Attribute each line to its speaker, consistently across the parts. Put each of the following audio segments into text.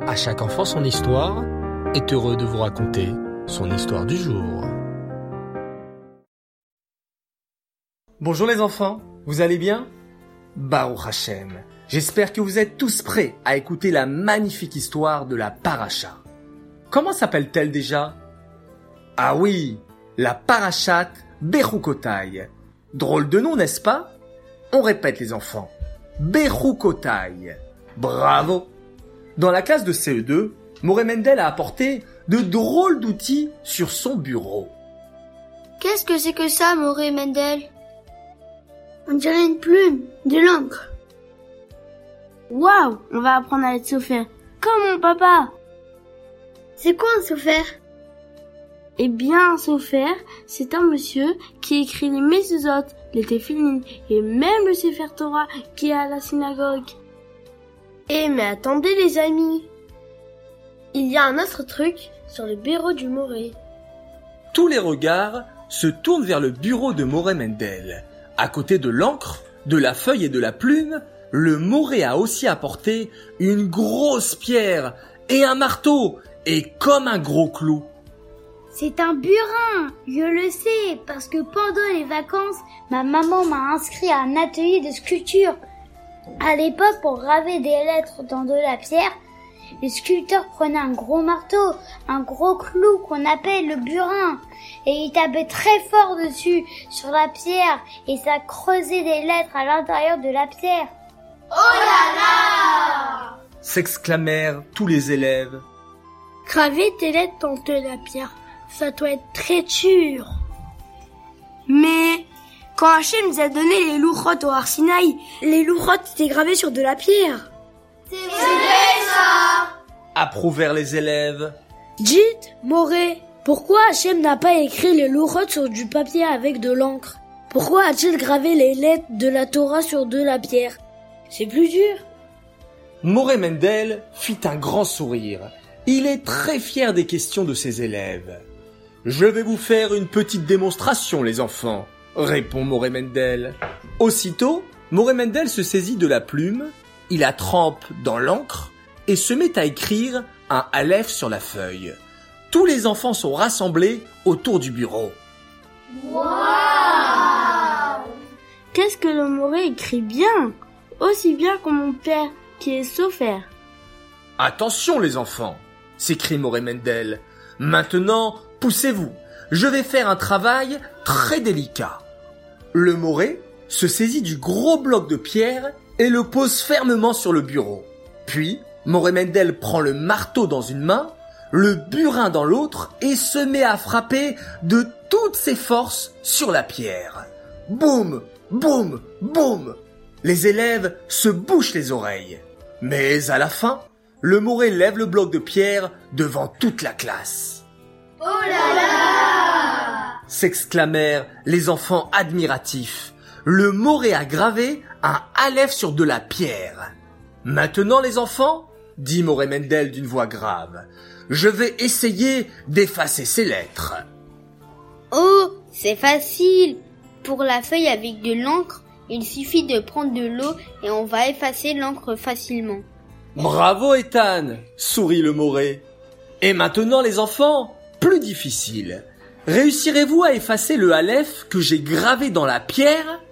Speaker 1: À chaque enfant son histoire est heureux de vous raconter son histoire du jour. Bonjour les enfants, vous allez bien? Baruch Hashem, j'espère que vous êtes tous prêts à écouter la magnifique histoire de la paracha. Comment s'appelle-t-elle déjà? Ah oui, la parachat Bechukotai. Drôle de nom, n'est-ce pas? On répète les enfants. Bechukotai. Bravo! Dans la classe de CE2, Moré Mendel a apporté de drôles d'outils sur son bureau.
Speaker 2: Qu'est-ce que c'est que ça, Moré Mendel? On dirait une plume, de l'encre. Waouh, on va apprendre à être sophère, comme mon papa. C'est quoi un sophère? Eh bien, un sophère, c'est un monsieur qui écrit les Mezuzot, les Téphilines et même le Sefer Torah qui est à la synagogue. Eh mais attendez les amis, il y a un autre truc sur le bureau du Moré.
Speaker 1: Tous les regards se tournent vers le bureau de Moré Mendel. À côté de l'encre, de la feuille et de la plume, le Moré a aussi apporté une grosse pierre et un marteau, et comme un gros clou.
Speaker 2: C'est un burin, je le sais, parce que pendant les vacances, ma maman m'a inscrit à un atelier de sculpture. À l'époque, pour graver des lettres dans de la pierre, le sculpteur prenait un gros marteau, un gros clou qu'on appelle le burin, et il tapait très fort dessus, sur la pierre, et ça creusait des lettres à l'intérieur de la pierre. Oh là là!
Speaker 1: S'exclamèrent tous les élèves.
Speaker 2: Graver des lettres dans de la pierre, ça doit être très dur. Mais quand Hachem nous a donné les louchot au Har Sinaï, les louchot étaient gravés sur de la pierre. C'est vrai ça!
Speaker 1: Approuvèrent les élèves.
Speaker 2: Dites, Moré, pourquoi Hachem n'a pas écrit les louchot sur du papier avec de l'encre? Pourquoi a-t-il gravé les lettres de la Torah sur de la pierre? C'est plus dur.
Speaker 1: Moré Mendel fit un grand sourire. Il est très fier des questions de ses élèves. Je vais vous faire une petite démonstration, les enfants, répond Moré Mendel. Aussitôt, Moré Mendel se saisit de la plume, il la trempe dans l'encre et se met à écrire un aleph sur la feuille. Tous les enfants sont rassemblés autour du bureau.
Speaker 2: Waouh! Qu'est-ce que le Moré écrit bien, aussi bien que mon père qui est sophère.
Speaker 1: Attention les enfants, s'écrie Moré Mendel. Maintenant, poussez-vous, je vais faire un travail très délicat. Le Moré se saisit du gros bloc de pierre et le pose fermement sur le bureau. Puis, Moré Mendel prend le marteau dans une main, le burin dans l'autre et se met à frapper de toutes ses forces sur la pierre. Boum, boum, boum. Les élèves se bouchent les oreilles. Mais à la fin, le Moré lève le bloc de pierre devant toute la classe.
Speaker 2: Oh là là!
Speaker 1: S'exclamèrent les enfants admiratifs. Le Moré a gravé un aleph sur de la pierre. Maintenant les enfants, dit Moré Mendel d'une voix grave, je vais essayer d'effacer ces lettres.
Speaker 2: Oh, c'est facile. Pour la feuille avec de l'encre, il suffit de prendre de l'eau et on va effacer l'encre facilement.
Speaker 1: Bravo Ethan, sourit le Moré. Et maintenant les enfants, plus difficile. Réussirez-vous à effacer le aleph que j'ai gravé dans la pierre?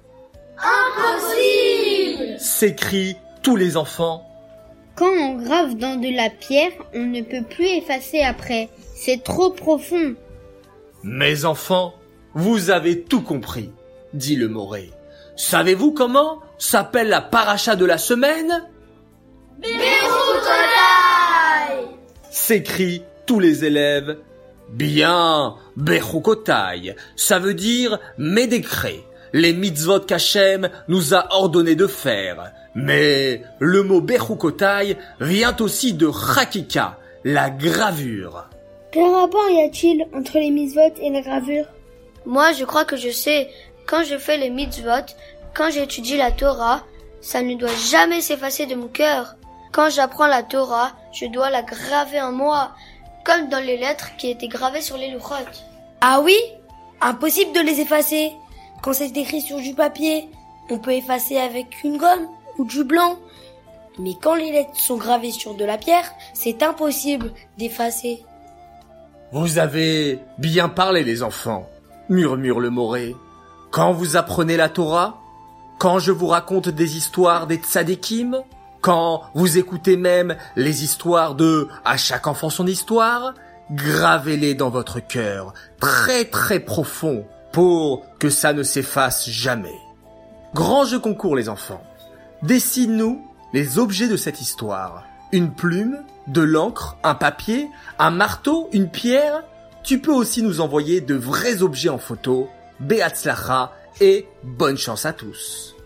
Speaker 2: Impossible!
Speaker 1: S'écrient tous les enfants.
Speaker 2: Quand on grave dans de la pierre, on ne peut plus effacer après. C'est trop profond.
Speaker 1: Mes enfants, vous avez tout compris, dit le Moré. Savez-vous comment s'appelle la paracha de la semaine?
Speaker 2: Bechukotai!
Speaker 1: S'écrient tous les élèves. Bien, Bechukotai, ça veut dire mes décrets, les mitzvot qu'Hachem nous a ordonné de faire. Mais le mot Bechukotai vient aussi de Chakika, la gravure.
Speaker 2: Quel rapport y a-t-il entre les mitzvot et la gravure? Moi, je crois que je sais. Quand je fais les mitzvot, quand j'étudie la Torah, ça ne doit jamais s'effacer de mon cœur. Quand j'apprends la Torah, je dois la graver en moi, comme dans les lettres qui étaient gravées sur les louchot. Ah oui? Impossible de les effacer. Quand c'est écrit sur du papier, on peut effacer avec une gomme ou du blanc.
Speaker 3: Mais quand les lettres sont gravées sur de la pierre, c'est impossible d'effacer.
Speaker 1: Vous avez bien parlé les enfants, murmure le Moré. Quand vous apprenez la Torah, quand je vous raconte des histoires des tzadikim, quand vous écoutez même les histoires de « À chaque enfant son histoire », gravez-les dans votre cœur, très très profond, pour que ça ne s'efface jamais. Grand jeu concours les enfants. Dessine-nous les objets de cette histoire. Une plume, de l'encre, un papier, un marteau, une pierre. Tu peux aussi nous envoyer de vrais objets en photo. Behatzlacha et bonne chance à tous.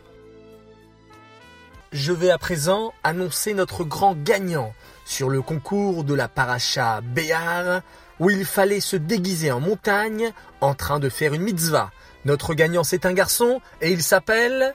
Speaker 1: Je vais à présent annoncer notre grand gagnant sur le concours de la paracha Béar, où il fallait se déguiser en montagne en train de faire une mitzvah. Notre gagnant, c'est un garçon et il s'appelle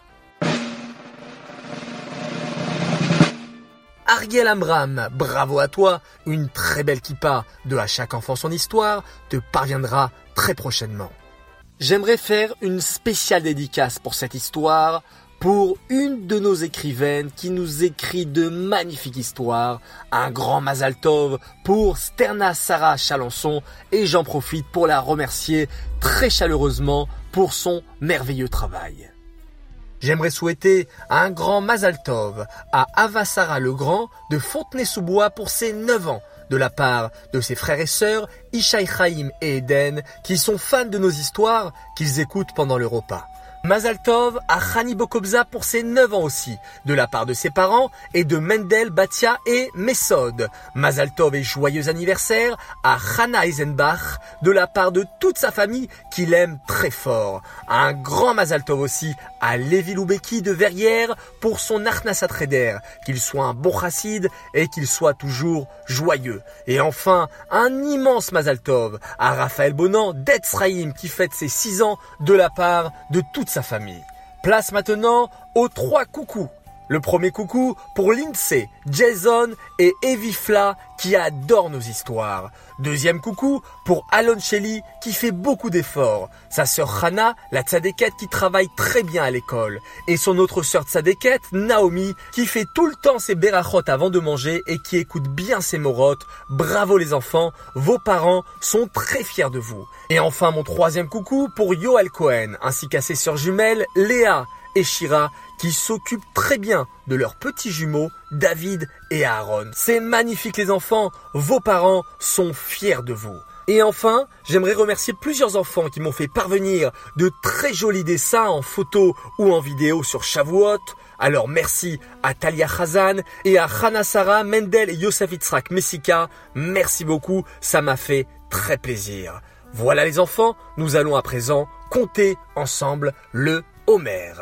Speaker 1: Ariel Amram. Bravo à toi, une très belle kippa de À chaque enfant son histoire te parviendra très prochainement. J'aimerais faire une spéciale dédicace pour cette histoire, pour une de nos écrivaines qui nous écrit de magnifiques histoires, un grand Mazal Tov pour Sterna Sarah Chalençon, et j'en profite pour la remercier très chaleureusement pour son merveilleux travail. J'aimerais souhaiter un grand Mazal Tov à Avassara le Grand de Fontenay-sous-Bois pour ses 9 ans, de la part de ses frères et sœurs Ishaï Chaim et Eden, qui sont fans de nos histoires qu'ils écoutent pendant le repas. Mazal Tov à Chani Bokobza pour ses 9 ans aussi, de la part de ses parents et de Mendel, Batia et Mesod. Mazal Tov et joyeux anniversaire à Hannah Eisenbach, de la part de toute sa famille qu'il aime très fort. Un grand Mazal Tov aussi à Lévi Loubeki de Verrières pour son Arnasat Reder, qu'il soit un bon chassid et qu'il soit toujours joyeux. Et enfin, un immense Mazal Tov à Raphaël Bonan d'Etzraïm qui fête ses 6 ans de la part de toute sa famille. Place maintenant aux 3 coucous. Le premier coucou pour Lindsay, Jason et Evifla qui adorent nos histoires. Deuxième coucou pour Alon Shelley qui fait beaucoup d'efforts. Sa sœur Hannah, la tzadékette qui travaille très bien à l'école. Et son autre sœur tzadékette, Naomi, qui fait tout le temps ses berachot avant de manger et qui écoute bien ses morotes. Bravo les enfants, vos parents sont très fiers de vous. Et enfin mon troisième coucou pour Yoel Cohen ainsi qu'à ses sœurs jumelles Léa et Shira qui s'occupent très bien de leurs petits jumeaux David et Aaron. C'est magnifique les enfants, vos parents sont fiers de vous. Et enfin, j'aimerais remercier plusieurs enfants qui m'ont fait parvenir de très jolis dessins en photo ou en vidéo sur Shavuot. Alors merci à Talia Khazan et à Hannah Sarah, Mendel et Yosef Yitzhak Messika. Merci beaucoup, ça m'a fait très plaisir. Voilà les enfants, nous allons à présent compter ensemble le Homer.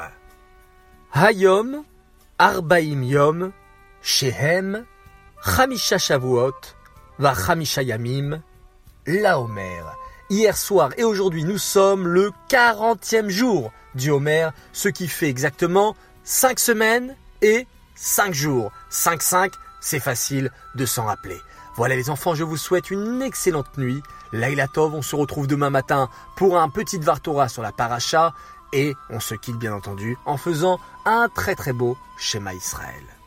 Speaker 1: Hayom, Arbaim Yom, Shehem, Chamisha Shavuot, Va Chamisha Yamim, la Homer. Hier soir et aujourd'hui, nous sommes le 40e jour du Homer, ce qui fait exactement 5 semaines et 5 jours. 5-5, c'est facile de s'en rappeler. Voilà les enfants, je vous souhaite une excellente nuit. Laila Tov, on se retrouve demain matin pour un petit Dvar Torah sur la paracha. Et on se quitte bien entendu en faisant un très très beau Shema Israël.